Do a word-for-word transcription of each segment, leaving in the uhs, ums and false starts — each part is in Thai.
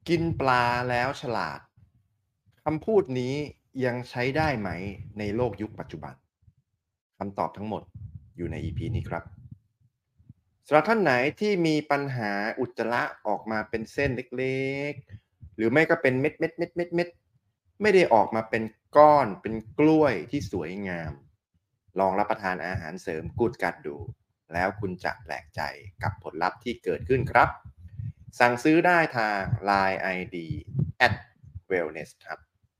กินปลาแล้วฉลาดคำพูดนี้ยังใช้ได้ไหมในโลกยุคปัจจุบันคำตอบทั้งหมดอยู่ใน อี พี นี้ครับสำหรับท่านไหนที่มีปัญหาอุจจาระออกมาเป็นเส้นเล็กๆหรือไม่ก็เป็นเม็ดๆๆๆๆไม่ได้ออกมาเป็นก้อนเป็นกล้วยที่สวยงามลองรับประทานอาหารเสริมกูดกัดดูแล้วคุณจะแปลกใจกับผลลัพธ์ที่เกิดขึ้นครับสั่งซื้อได้ทาง ไลน์ ไอ ดี แอท เวลเนส ครับ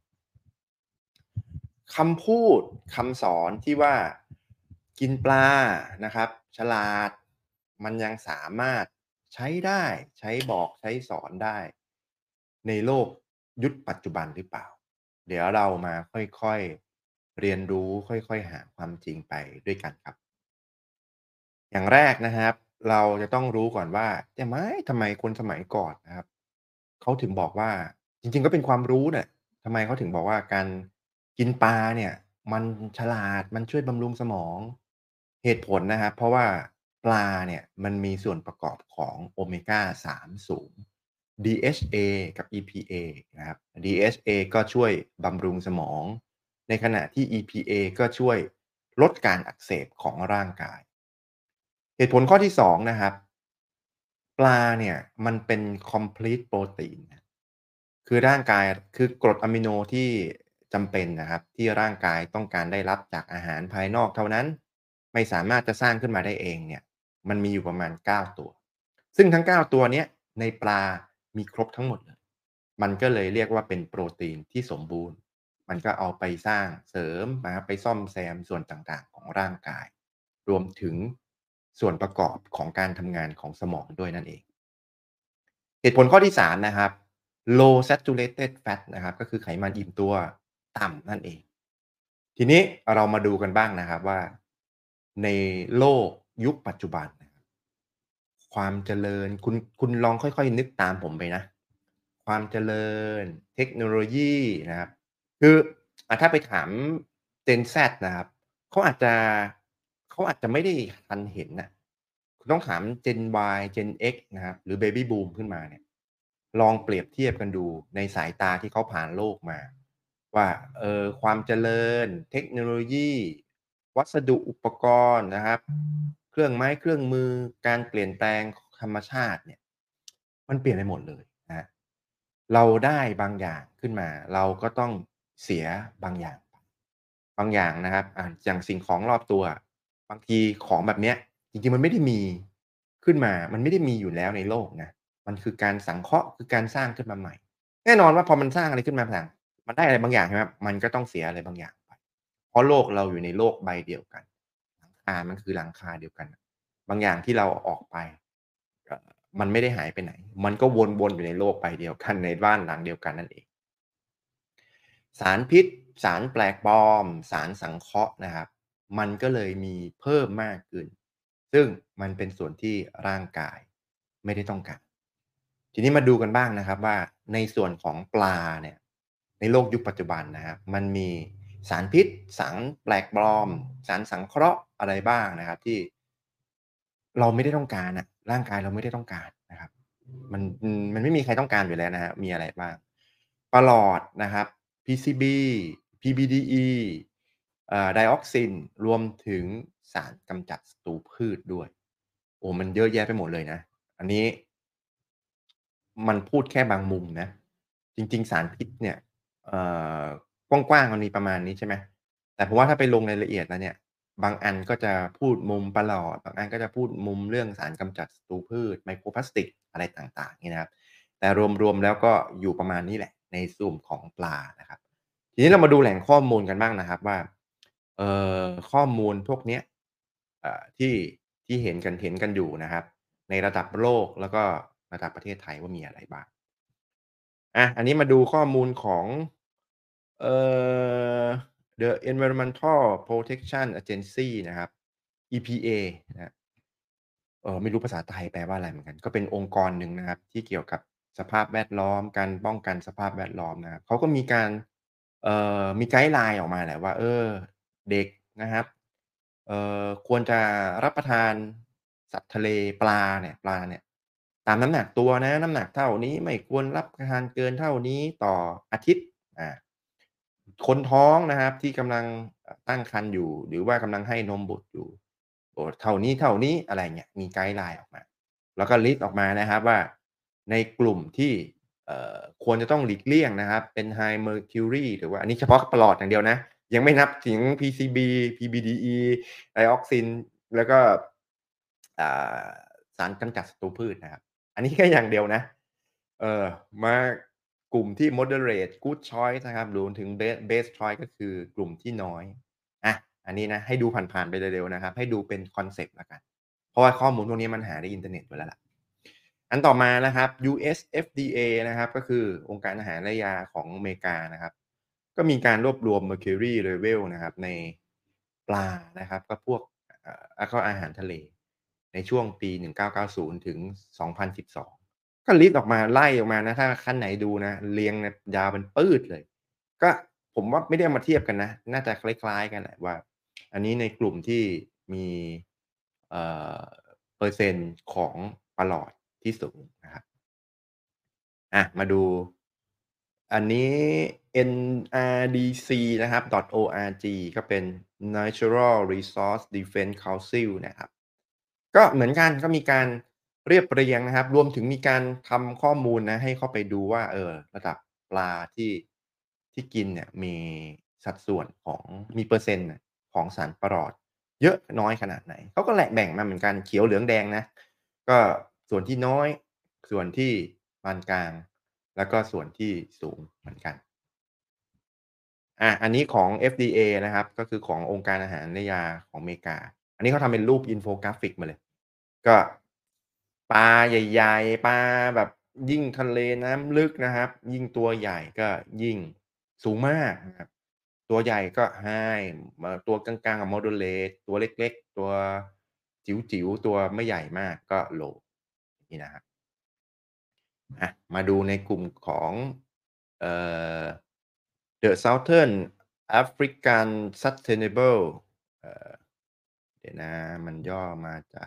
คำพูดคำสอนที่ว่ากินปลานะครับฉลาดมันยังสามารถใช้ได้ใช้บอกใช้สอนได้ในโลกยุคปัจจุบันหรือเปล่าเดี๋ยวเรามาค่อยๆเรียนรู้ค่อยๆหาความจริงไปด้วยกันครับ อย่างแรกนะครับเราจะต้องรู้ก่อนว่าทำไมทำไมคนสมัยก่อนนะครับเขาถึงบอกว่าจริงๆก็เป็นความรู้น่ะทำไมเขาถึงบอกว่าการกินปลาเนี่ยมันฉลาดมันช่วยบำรุงสมองเหตุผลนะครับเพราะว่าปลาเนี่ยมันมีส่วนประกอบของโอเมกาสามสูง ดี เอช เอ กับ อี พี เอ นะครับ ดี เอช เอ ก็ช่วยบำรุงสมองในขณะที่ อี พี เอ ก็ช่วยลดการอักเสบของร่างกาย เหตุผลข้อที่สองนะครับปลาเนี่ยมันเป็น คอมพลีท โปรตีน คือร่างกายคือกรดอะมิโนที่จำเป็นนะครับที่ร่างกายต้องการได้รับจากอาหารภายนอกเท่านั้นไม่สามารถจะสร้างขึ้นมาได้เองเนี่ยมันมีอยู่ประมาณเก้าตัวซึ่งทั้งเก้าตัวเนี้ยในปลามีครบทั้งหมดเลยมันก็เลยเรียกว่าเป็นโปรตีนที่สมบูรณ์มันก็เอาไปสร้างเสริมนะครับไปซ่อมแซมส่วนต่างๆของร่างกายรวมถึงส่วนประกอบของการทำงานของสมองด้วยนั่นเอง เหตุผลข้อที่สามนะครับ โลว์ แซตจูเรเต็ด แฟต นะครับก็คือไขมันอิ่มตัวต่ำนั่นเองทีนี้เรามาดูกันบ้างนะครับว่าในโลกยุคปัจจุบันนะครับความเจริญคุณคุณลองค่อยๆนึกตามผมไปนะความเจริญเทคโนโลยีนะครับคืออ่าถ้าไปถาม Gen Z นะครับเขาอาจจะเขาอาจจะไม่ได้ทันเห็นน่ะคุณต้องถาม Gen Y Gen X นะครับหรือ Baby Boom ขึ้นมาเนี่ยลองเปรียบเทียบกันดูในสายตาที่เขาผ่านโลกมาว่าเอ่อความเจริญเทคโนโลยีวัสดุอุปกรณ์นะครับเครื่องไม้เครื่องมือการเปลี่ยนแปลงธรรมชาติเนี่ยมันเปลี่ยนไปหมดเลยนะครับเราได้บางอย่างขึ้นมาเราก็ต้องเสียบางอย่างไปบางอย่างนะครับอ่าอย่างสิ่งของรอบตัวอะบางทีของแบบเนี้ยจริงๆมันไม่ได้มีขึ้นมามันไม่ได้มีอยู่แล้วในโลกนะมันคือการสังเคราะห์คือการสร้างขึ้นมาใหม่แน่นอนว่าพอมันสร้างอะไรขึ้นมาต่างมันได้อะไรบางอย่างใช่ไหมครับมันก็ต้องเสียอะไรบางอย่างไปเพราะโลกเราอยู่ในโลกใบเดียวกันหลังคามันคือหลังคาเดียวกันบางอย่างที่เราเอาออกไปเอ่อมันไม่ได้หายไปไหนมันก็วนๆอยู่ในโลกใบเดียวกันในบ้านหลังเดียวกันนั่นเอง สารพิษสารแปลกปลอมสารสังเคราะห์นะครับมันก็เลยมีเพิ่มมากขึ้นซึ่งมันเป็นส่วนที่ร่างกายไม่ได้ต้องการทีนี้มาดูกันบ้างนะครับว่าในส่วนของปลาเนี่ยในโลกยุคปัจจุบันนะครับมันมีสารพิษสารแปลกปลอมสารสังเคราะห์อะไรบ้างนะครับที่เราไม่ได้ต้องการอะร่างกายเราไม่ได้ต้องการนะครับมันอืมมันไม่มีใครต้องการอยู่แล้วนะครับมีอะไรบ้าง ปลอดนะครับ พี ซี บี พี บี ดี อี เอ่อ Dioxin รวมถึงสารกำจัดศัตรูพืชด้วยโอ้มันเยอะแยะไปหมดเลยนะอันนี้มันพูดแค่บางมุมนะจริงๆสารพิษเนี่ยเอ่อกว้างๆมันมีประมาณนี้ใช่ไหมแต่ผมว่าถ้าไปลงรายละเอียดแล้วเนี่ยบางอันก็จะพูดมุมปลอดบางอันก็จะพูดมุมเรื่องสารกำจัดศัตรูพืชไมโครพลาสติกอะไรต่างๆงี้นะครับ แต่รวมๆแล้วก็อยู่ประมาณนี้แหละในส่วนของปลานะครับทีนี้เรามาดูแหล่งข้อมูลกันบ้างนะครับว่าเอ่อข้อมูลพวกเนี้ยเอ่อที่ที่เห็นกันเห็นกันอยู่นะครับในระดับโลกแล้วก็ระดับประเทศไทยว่ามีอะไรบ้างอาอันนี้มาดูข้อมูลของเอ่อ The Environmental Protection Agency นะครับ อี พี เอ นะครับ เอ่อไม่รู้ภาษาไทยแปลว่าอะไรเหมือนกันก็เป็นองค์กรหนึ่งนะครับที่เกี่ยวกับสภาพแวดล้อมการป้องกันสภาพแวดล้อมนะครับเขาก็มีการเอ่อมีไกด์ไลน์ออกมาแหละว่าเออเด็กนะครับเอ่อควรจะรับประทานสัตว์ทะเลปลาเนี่ยปลาเนี่ยตามน้ำหนักตัวนะน้ำหนักเท่านี้ไม่ควรรับประทานเกินเท่านี้ต่ออาทิตย์อาคนท้องนะครับที่กำลังเอ่อตั้งครรภ์อยู่หรือว่ากำลังให้นมบุตรอยู่โอ้เท่านี้ๆอะไรเงี้ยมีไกด์ไลน์ออกมาแล้วก็ลิสต์ออกมานะครับว่าในกลุ่มที่เอ่อควรจะต้องหลีกเลี่ยงนะครับเป็น High Mercury หรือว่าอันนี้เฉพาะปลอดอย่างเดียวนะยังไม่นับถึง พี ซี บี พี บี ดี อี Dioxin แล้วก็อ่าสารกำจัดศัตรูพืชนะครับ อันนี้แค่อย่างเดียวนะเออมากลุ่มที่ moderate good choice นะครับรวมถึง best best choice ก็คือกลุ่มที่น้อยอะอันนี้นะให้ดูผ่านๆไปเร็วๆนะครับให้ดูเป็นคอนเซปต์แล้วกันเพราะว่าข้อมูลพวกนี้มันหาในอินเทอร์เน็ตอยู่แล้วล่ะอันต่อมานะครับ ยู เอส เอฟ ดี เอ นะครับก็คือองค์การอาหารและยาของอเมริกานะครับก็มีการรวบรวม mercury level นะครับในปลานะครับก็พวกเอ่อแล้วก็อาหารทะเลในช่วงปีหนึ่งพันเก้าร้อยเก้าสิบถึงสองพันสิบสอง ก็ลิสต์ออกมาไล่ออกมานะถ้าท่านไหนดูนะเรียงแบบยาวเป็นปื้ดเลยก็ผมว่าไม่ได้เอามาเทียบกันนะน่าจะคล้ายๆกันแหละว่าอันนี้ในกลุ่มที่มีเอ่อเปอร์เซ็นต์ของปลอดที่สูงนะครับอะมาดูอันนี้ เอ็น อาร์ ดี ซี นะครับ .org ก็เป็น Natural Resource Defense Council นะครับ ก็เหมือนกันก็มีการเรียบเรียงนะครับรวมถึงมีการทำข้อมูลนะให้เข้าไปดูว่าเอ่อระดับปลาที่ที่กินเนี่ยมีสัดส่วนของมีเปอร์เซ็นต์น่ะของสารประหลอดเยอะน้อยขนาดไหนเขาก็แหละแบ่งมาเหมือนกันเขียวเหลืองแดงนะก็ส่วนที่น้อยส่วนที่ปานกลางแล้วก็ส่วนที่สูงเหมือนกัน อาอันนี้ของ เอฟ ดี เอ นะครับก็คือขององค์การอาหารและยาของอเมริกาอันนี้เขาทำเป็นรูปอินโฟกราฟิกมาเลยก็ปลาใหญ่ๆปลาแบบยิ่งทะเลน้ำลึกนะครับยิ่งตัวใหญ่ก็ยิ่งสูงมากนะครับตัวใหญ่ก็ High มาตัวกลางๆก็ Moderate ตัวเล็กๆตัวจิ๋วๆตัวไม่ใหญ่มากก็ Low อย่างงี้นะครับ อะมาดูในกลุ่มของเอ่อ The Southern African Sustainable เอ่อเดี๋ยวนะมันย่อมาจาก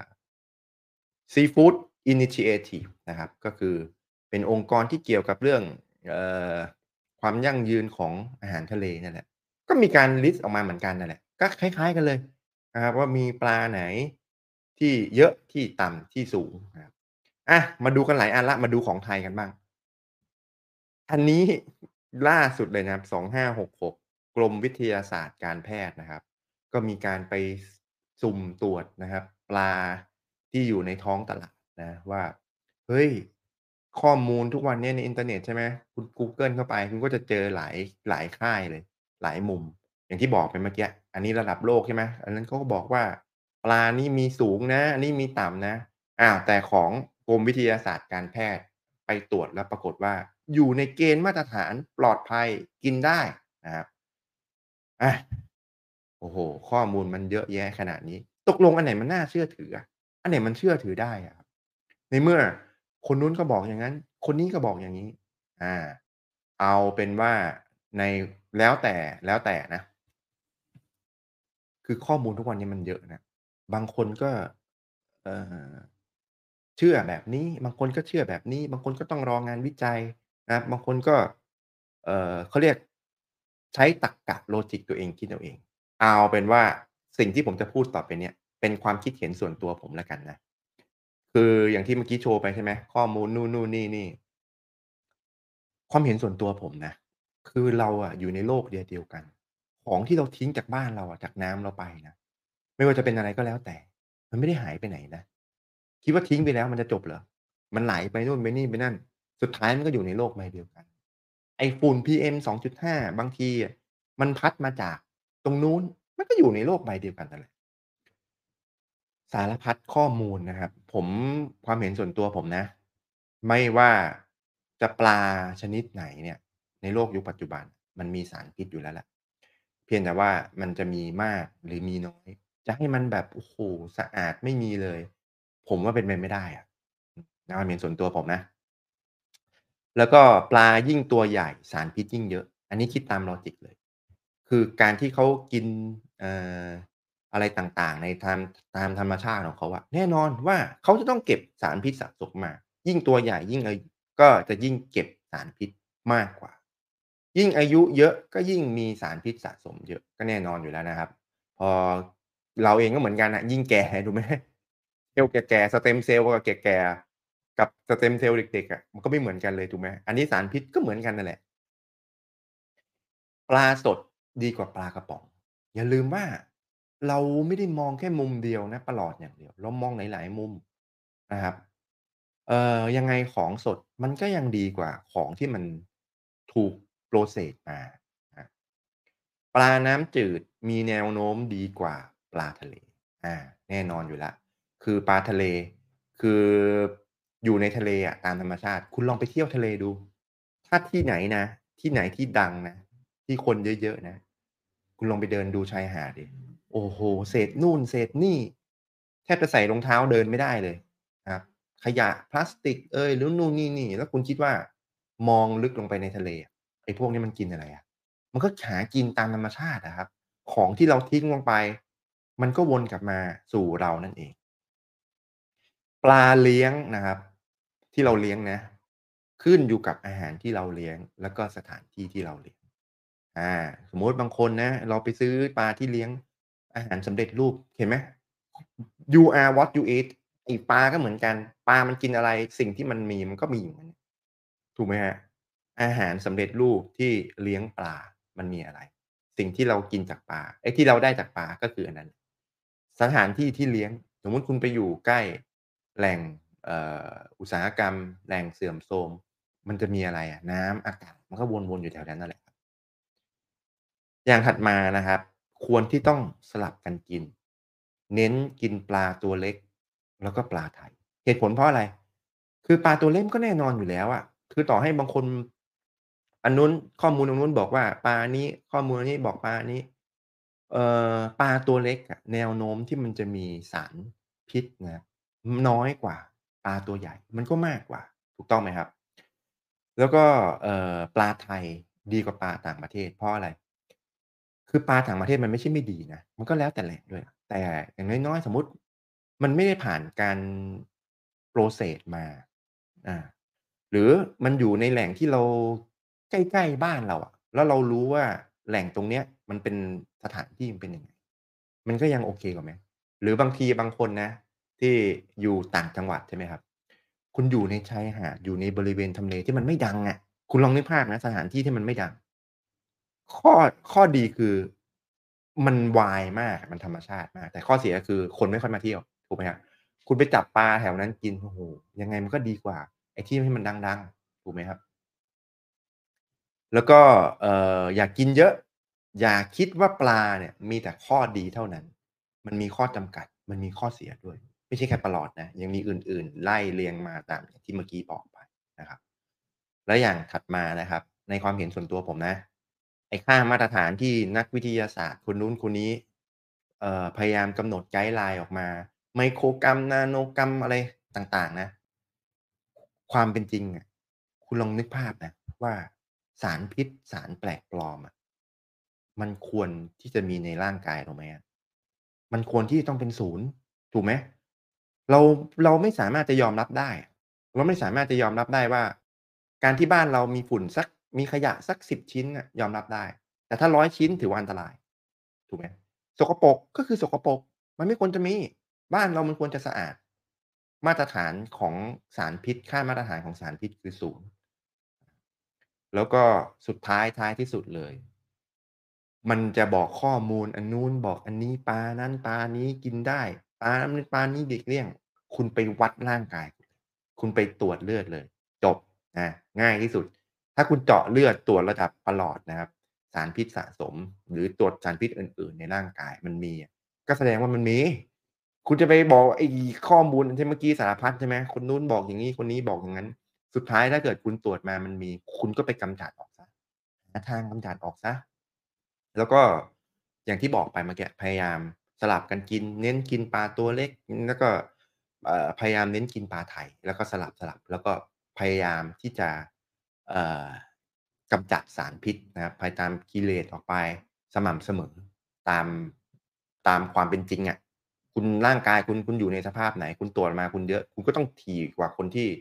Seafood Initiative นะครับก็คือเป็นองค์กรที่เกี่ยวกับเรื่องเอ่อความยั่งยืนของอาหารทะเลเนี่ยแหละก็มีการลิสต์ออกมาเหมือนกันนั่นแหละก็คล้ายๆกันเลยนะครับว่ามีปลาไหนที่เยอะที่ต่ำที่สูงนะครับอะมาดูกันหลายอันแล้วมาดูของไทยกันบ้าง อันนี้ล่าสุดเลยนะครับสองพันห้าร้อยหกสิบหกกรมวิทยาศาสตร์การแพทย์นะครับก็มีการไปสสุ่มตรวจนะครับปลาที่อยู่ในท้องตลาดนะว่าเฮ้ยข้อมูลทุกวันเนี้ยในอินเทอร์เน็ตใช่ไหมคุณกูเกิลเข้าไปคุณก็จะเจอหลายหลายค่ายเลยหลายมุมอย่างที่บอกไปเมื่อกี้อันนี้ระดับโลกใช่ไหมอันนั้นเขาก็บอกว่าปลานี่มีสูงนะอันนี้มีต่ำนะ อ้าวแต่ของกรมวิทยาศาสตร์การแพทย์ไปตรวจแล้วปรากฏว่าอยู่ในเกณฑ์มาตรฐานปลอดภัยกินได้นะครับอาโอ้โฮข้อมูลมันเยอะแยะขนาดนี้ตกลงอันไหนมันน่าเชื่อถืออะอันไหนมันเชื่อถือได้อะครับในเมื่อคนนู้นก็บอกอย่างงั้นคนนี้ก็บอกอย่างงี้อาเอาเป็นว่าในแล้วแต่แล้วแต่นะ คือข้อมูลทุกวันนี้มันเยอะนะบางคนก็เอ่อเชื่อแบบนี้บางคนก็เชื่อแบบนี้บางคนก็ต้องรองานวิจัยนะครับบางคนก็เอ่อเขาเรียกใช้ตรรกะโลจิกตัวเองคิดเอาเองเอาเป็นว่าสิ่งที่ผมจะพูดต่อไปเนี้ยเป็นความคิดเห็นส่วนตัวผมแล้วกันนะคืออย่างที่เมื่อกี้โชว์ไปใช่ไหมข้อมูลนู่นๆนี่ๆ ความเห็นส่วนตัวผมนะคือเราอะอยู่ในโลกเดียวเดียวกันของที่เราทิ้งจากบ้านเราอะจากน้ำเราไปนะไม่ว่าจะเป็นอะไรก็แล้วแต่มันไม่ได้หายไปไหนนะคิดว่าทิ้งไปแล้วมันจะจบเหรอมันไหลไปนู่นไปนี่ไปนั่นสุดท้ายมันก็อยู่ในโลกใบเดียวกันไอ้ฝุ่น พี เอ็ม สองจุดห้าบางทีอะมันพัดมาจากตรงนู้นมันก็อยู่ในโลกใบเดียวกันนั่นแหละ สารพัดข้อมูลนะครับผมความเห็นส่วนตัวผมนะไม่ว่าจะปลาชนิดไหนเนี่ยในโลกยุคปัจจุบันมันมีสารพิษอยู่แล้วแหละเพียงแต่ว่ามันจะมีมากหรือมีน้อยจะให้มันแบบโอ้โฮสะอาดไม่มีเลยผมว่าเป็นไปไม่ได้อะอืมในความเห็นส่วนตัวผมนะแล้วก็ปลายิ่งตัวใหญ่สารพิษยิ่งเยอะอันนี้คิดตามลอจิกเลยคือการที่เขากินเอ่อ อะไรต่างๆในทามตามธรรมชาติของเขาอะแน่นอนว่าเขาจะต้องเก็บสารพิษสะสมมายิ่งตัวใหญ่ยิ่งอาก็จะยิ่งเก็บสารพิษมากกว่ายิ่งอายุเยอะก็ยิ่งมีสารพิษสะสมเยอะก็แน่นอนอยู่แล้วนะครับพอเราเองก็เหมือนกันน่ะยิ่งแก่ถูกไหมเซลล์แก่ๆ stem cell กับแก่ๆกับ stem cell เด็กๆอะมันก็ไม่เหมือนกันเลยถูกไหมอันนี้สารพิษก็เหมือนกันนั่นแหละ ปลาสดดีกว่าปลากระป๋องอย่าลืมว่าเราไม่ได้มองแค่มุมเดียวนะปลอดอย่างเดียวเรามองหลายๆมุมนะครับเอ่อยังไงของสดมันก็ยังดีกว่าของที่มันถูก process มาอาปลาน้ำจืดมีแนวโน้มดีกว่าปลาทะเลอาแน่นอนอยู่แล้วคือปลาทะเลคืออยู่ในทะเลอะตามธรรมชาติคุณลองไปเที่ยวทะเลดู ถ้าที่ไหนนะที่ไหนที่ดังนะที่คนเยอะๆนะคุณลองไปเดินดูชายหาดดิโอ้โฮเศษนู่นเศษนี่แทบจะใส่รองเท้าเดินไม่ได้เลยนะครับขยะพลาสติกเอยหรือนู่นนี่นี่แล้วคุณคิดว่ามองลึกลงไปในทะเลอะไอ้พวกนี้มันกินอะไรอะมันก็หากินตามธรรมชาติอะครับของที่เราทิ้งลงไปมันก็วนกลับมาสู่เรานั่นเอง ปลาเลี้ยงนะครับที่เราเลี้ยงนะขึ้นอยู่กับอาหารที่เราเลี้ยงแล้วก็สถานที่ที่เราเลี้ยงอาสมมุติบางคนนะเราไปซื้อปลาที่เลี้ยงอาหารสำเร็จรูปเห็นไหม You are what you eat ไอ้ปลาก็เหมือนกันปลามันกินอะไรสิ่งที่มันมีมันก็มีอย่างงั้นถูกไหมครับอาหารสำเร็จรูปที่เลี้ยงปลามันมีอะไรสิ่งที่เรากินจากปลาไอ้ที่เราได้จากปลาก็คืออันนั้นสถานที่ที่เลี้ยงสมมุติคุณไปอยู่ใกล้แหล่งเอ่ออุตสาหกรรมแหล่งเสื่อมโทรมมันจะมีอะไรอะน้ำอากาศมันก็วนๆอยู่แถวนั้นนั่นแหละครับ อย่างถัดมานะครับควรที่ต้องสลับกันกินเน้นกินปลาตัวเล็กแล้วก็ปลาไทยเหตุผลเพราะอะไรคือปลาตัวเล็กมันก็แน่นอนอยู่แล้วอะคือต่อให้บางคนอันนู้นข้อมูลตรงนู้นบอกว่าปลานี้ข้อมูลอันนี้บอกปลานี้เอ่อปลาตัวเล็กอะแนวโน้มที่มันจะมีสารพิษนะครับน้อยกว่าปลาตัวใหญ่มันก็มากกว่าถูกต้องไหมครับแล้วก็เอ่อปลาไทยดีกว่าปลาต่างประเทศเพราะอะไร คือปลาต่างประเทศมันไม่ใช่ไม่ดีนะมันก็แล้วแต่แหล่งด้วยแต่อย่างน้อยๆสมมุติมันไม่ได้ผ่านการ process มาอาหรือมันอยู่ในแหล่งที่เราใกล้ๆบ้านเราอะแล้วเรารู้ว่าแหล่งตรงเนี้ยมันเป็นสถานที่มันเป็นยังไงมันก็ยังโอเคกว่าไหมหรือบางทีบางคนนะที่อยู่ต่างจังหวัดใช่ไหมครับคุณอยู่ในชายหาดอยู่ในบริเวณทำเลที่มันไม่ดังอะคุณลองนึกภาพนะสถานที่ที่มันไม่ดัง ข้อข้อดีคือมันวายมากมันธรรมชาติมากแต่ข้อเสียคือคนไม่ค่อยมาเที่ยวถูกไหมครับคุณไปจับปลาแถวนั้นกินโอ้โฮยังไงมันก็ดีกว่าไอ้ที่ที่มันดังๆถูกไหมครับแล้วก็เอ่ออย่ากินเยอะอย่าคิดว่าปลาเนี่ยมีแต่ข้อดีเท่านั้นมันมีข้อจำกัดมันมีข้อเสียด้วยไม่ใช่แค่ปลาหลอดนะยังมีอื่นๆไล่เรียงมาตามอย่างที่เมื่อกี้บอกไปนะครับแล้วอย่างถัดมานะครับในความเห็นส่วนตัวผมนะ ไอ้ค่ามาตรฐานที่นักวิทยาศาสตร์คนนู้นคนนี้เอ่อพยายามกำหนดไกด์ไลน์ออกมาไมโครกรัมนาโนกรัมอะไรต่างๆนะความเป็นจริงอะคุณลองนึกภาพนะว่าสารพิษสารแปลกปลอมอะมันควรที่จะมีในร่างกายเราไหมอะมันควรที่จะต้องเป็นศูนย์ถูกไหมเราเราไม่สามารถจะยอมรับได้เราไม่สามารถจะยอมรับได้ว่าการที่บ้านเรามีฝุ่นสักมีขยะสักสิบชิ้นน่ะยอมรับได้ แต่ถ้าร้อยชิ้นถือว่าอันตรายถูกไหมสกปรกก็คือสกปรกมันไม่ควรจะมีบ้านเรามันควรจะสะอาดมาตรฐานของสารพิษค่ามาตรฐานของสารพิษคือศูนย์แล้วก็สุดท้ายท้ายที่สุดเลยมันจะบอกข้อมูลอันนู้นบอกอันนี้ปลานั้นปลานี้กินได้ปลานั้นปลานี้หลีกเลี่ยงคุณไปวัดร่างกายคุณไปตรวจเลือดเลยจบอาง่ายที่สุดถ้าคุณเจาะเลือดตรวจระดับประหลอดนะครับ สารพิษสะสมหรือตรวจสารพิษอื่นๆในร่างกายมันมีอะก็แสดงว่ามันมีคุณจะไปบอกไอ้ข้อมูลที่เมื่อกี้สารพัดใช่ไหมคนนู้นบอกอย่างงี้คนนี้บอกอย่างงั้นสุดท้ายถ้าเกิดคุณตรวจมามันมีคุณก็ไปกำจัดออกเสียหาทางกำจัดออกเสียแล้วก็อย่างที่บอกไปเมื่อกี้พยายามสลับกันกินเน้นกินปลาตัวเล็กแล้วก็เอ่อพยายามเน้นกินปลาไทยแล้วก็สลับๆแล้วก็พยายามที่จะ เอ่อกำจัดสารพิษนะครับภายตามกิเลสออกไปสม่ำเสมอตามตามความเป็นจริงอะคุณร่างกายคุณคุณอยู่ในสภาพไหนคุณตรวจมาคุณเยอะคุณก็ต้องถี่กว่าคนที่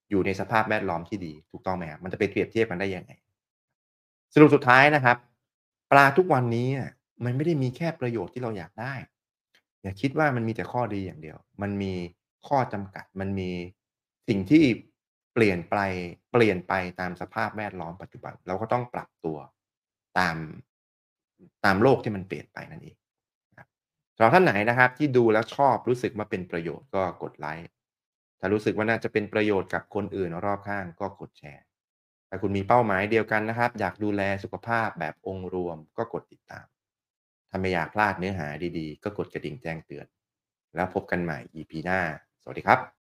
อยู่ในสภาพแวดล้อมที่ดีถูกต้องไหมครับมันจะไปเปรียบเทียบกันได้ยังไงสรุปสุดท้ายนะครับปลาทุกวันนี้อะมันไม่ได้มีแค่ประโยชน์ที่เราอยากได้อย่าคิดว่ามันมีแต่ข้อดีอย่างเดียวมันมีข้อจำกัดมันมีสิ่งที่เปลี่ยนไปเปลี่ยนไปตามสภาพแวดล้อมปัจจุบันเราก็ต้องปรับตัวตามตามโลกที่มันเปลี่ยนไปนั่นเองครับสำหรับท่านไหนนะครับที่ดูแล้วชอบรู้สึกว่าเป็นประโยชน์ก็กดไลก์ถ้ารู้สึกว่าน่าจะเป็นประโยชน์กับคนอื่นรอบข้างก็กดแชร์ ถ้าคุณมีเป้าหมายเดียวกันนะครับอยากดูแลสุขภาพแบบองค์รวมก็กดติดตามถ้าไม่อยากพลาดเนื้อหาดีๆก็กดกระดิ่งแจ้งเตือนแล้วพบกันใหม่ อี พี หน้าสวัสดีครับ